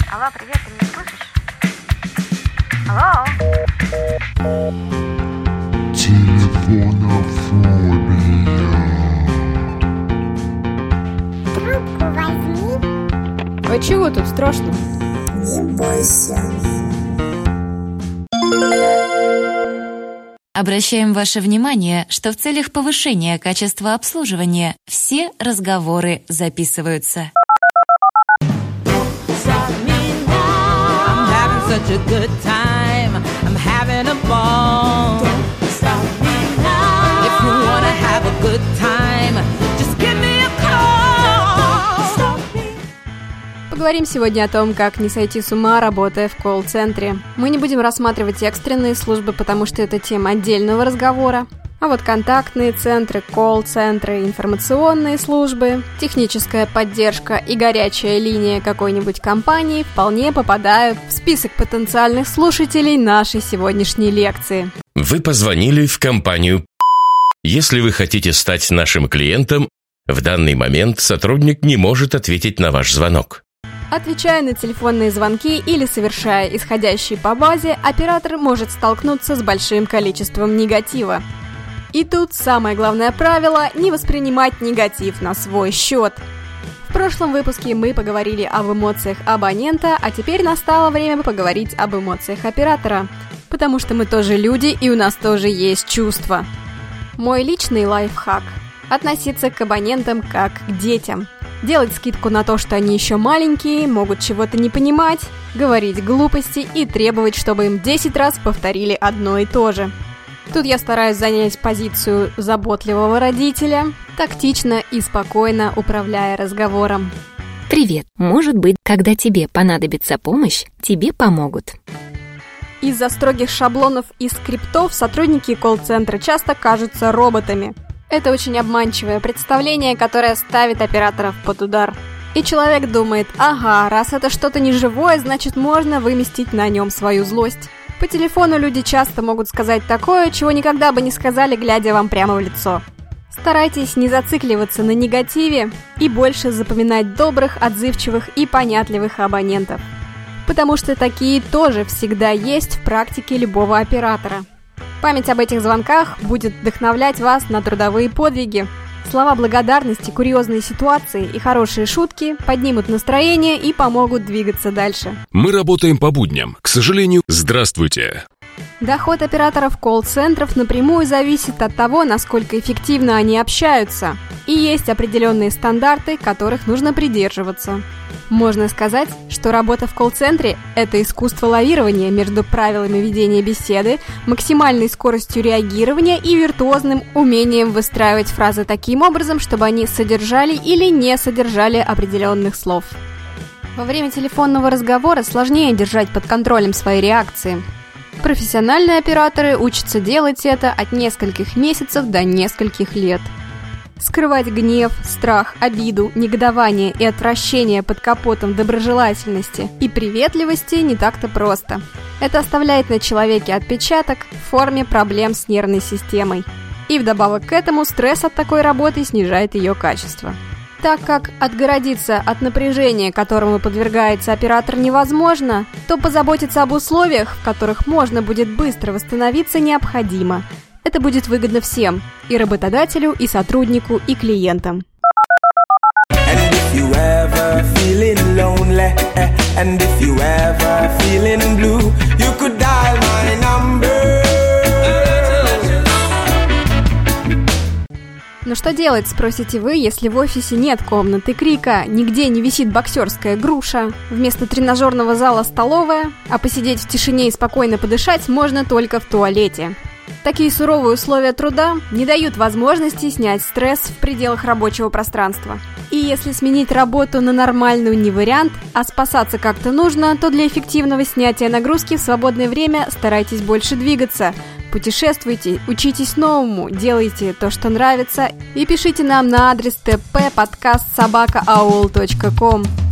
Алло, привет, ты меня слышишь? Алло? Телефонофобия. Трубку возьми. А чего тут страшно? Не бойся. Обращаем ваше внимание, что в целях повышения качества обслуживания все разговоры записываются. Such a good time. I'm having a ball. Don't stop me now. If you wanna have a good time, just give me a call. Stop me. Поговорим сегодня о том, как не сойти с ума, работая в колл-центре. Мы не будем рассматривать экстренные службы, потому что это тема отдельного разговора. А вот контактные центры, колл-центры, информационные службы, техническая поддержка и горячая линия какой-нибудь компании вполне попадают в список потенциальных слушателей нашей сегодняшней лекции. Вы позвонили в компанию. Если вы хотите стать нашим клиентом, в данный момент сотрудник не может ответить на ваш звонок. Отвечая на телефонные звонки или совершая исходящие по базе, оператор может столкнуться с большим количеством негатива. И тут самое главное правило – не воспринимать негатив на свой счет. В прошлом выпуске мы поговорили об эмоциях абонента, а теперь настало время поговорить об эмоциях оператора. Потому что мы тоже люди, и у нас тоже есть чувства. Мой личный лайфхак – относиться к абонентам как к детям. Делать скидку на то, что они еще маленькие, могут чего-то не понимать, говорить глупости и требовать, чтобы им 10 раз повторили одно и то же. Тут я стараюсь занять позицию заботливого родителя, тактично и спокойно управляя разговором. Привет. Может быть, когда тебе понадобится помощь, тебе помогут. Из-за строгих шаблонов и скриптов сотрудники колл-центра часто кажутся роботами. Это очень обманчивое представление, которое ставит операторов под удар. И человек думает, ага, раз это что-то неживое, значит можно выместить на нем свою злость. По телефону люди часто могут сказать такое, чего никогда бы не сказали, глядя вам прямо в лицо. Старайтесь не зацикливаться на негативе и больше запоминать добрых, отзывчивых и понятливых абонентов. Потому что такие тоже всегда есть в практике любого оператора. Память об этих звонках будет вдохновлять вас на трудовые подвиги. Слова благодарности, курьезные ситуации и хорошие шутки поднимут настроение и помогут двигаться дальше. Мы работаем по будням. К сожалению, здравствуйте. Доход операторов колл-центров напрямую зависит от того, насколько эффективно они общаются. И есть определенные стандарты, которых нужно придерживаться. Можно сказать, что работа в колл-центре – это искусство лавирования между правилами ведения беседы, максимальной скоростью реагирования и виртуозным умением выстраивать фразы таким образом, чтобы они содержали или не содержали определенных слов. Во время телефонного разговора сложнее держать под контролем свои реакции. Профессиональные операторы учатся делать это от нескольких месяцев до нескольких лет. Скрывать гнев, страх, обиду, негодование и отвращение под капотом доброжелательности и приветливости не так-то просто. Это оставляет на человеке отпечаток в форме проблем с нервной системой. И вдобавок к этому стресс от такой работы снижает ее качество. Так как отгородиться от напряжения, которому подвергается оператор, невозможно, то позаботиться об условиях, в которых можно будет быстро восстановиться, необходимо. Это будет выгодно всем – и работодателю, и сотруднику, и клиентам. Но что делать, спросите вы, если в офисе нет комнаты крика, нигде не висит боксерская груша, вместо тренажерного зала столовая, а посидеть в тишине и спокойно подышать можно только в туалете. Такие суровые условия труда не дают возможности снять стресс в пределах рабочего пространства. И если сменить работу на нормальную не вариант, а спасаться как-то нужно, то для эффективного снятия нагрузки в свободное время старайтесь больше двигаться. Путешествуйте, учитесь новому, делайте то, что нравится, и пишите нам на адрес tppodcast@aol.com.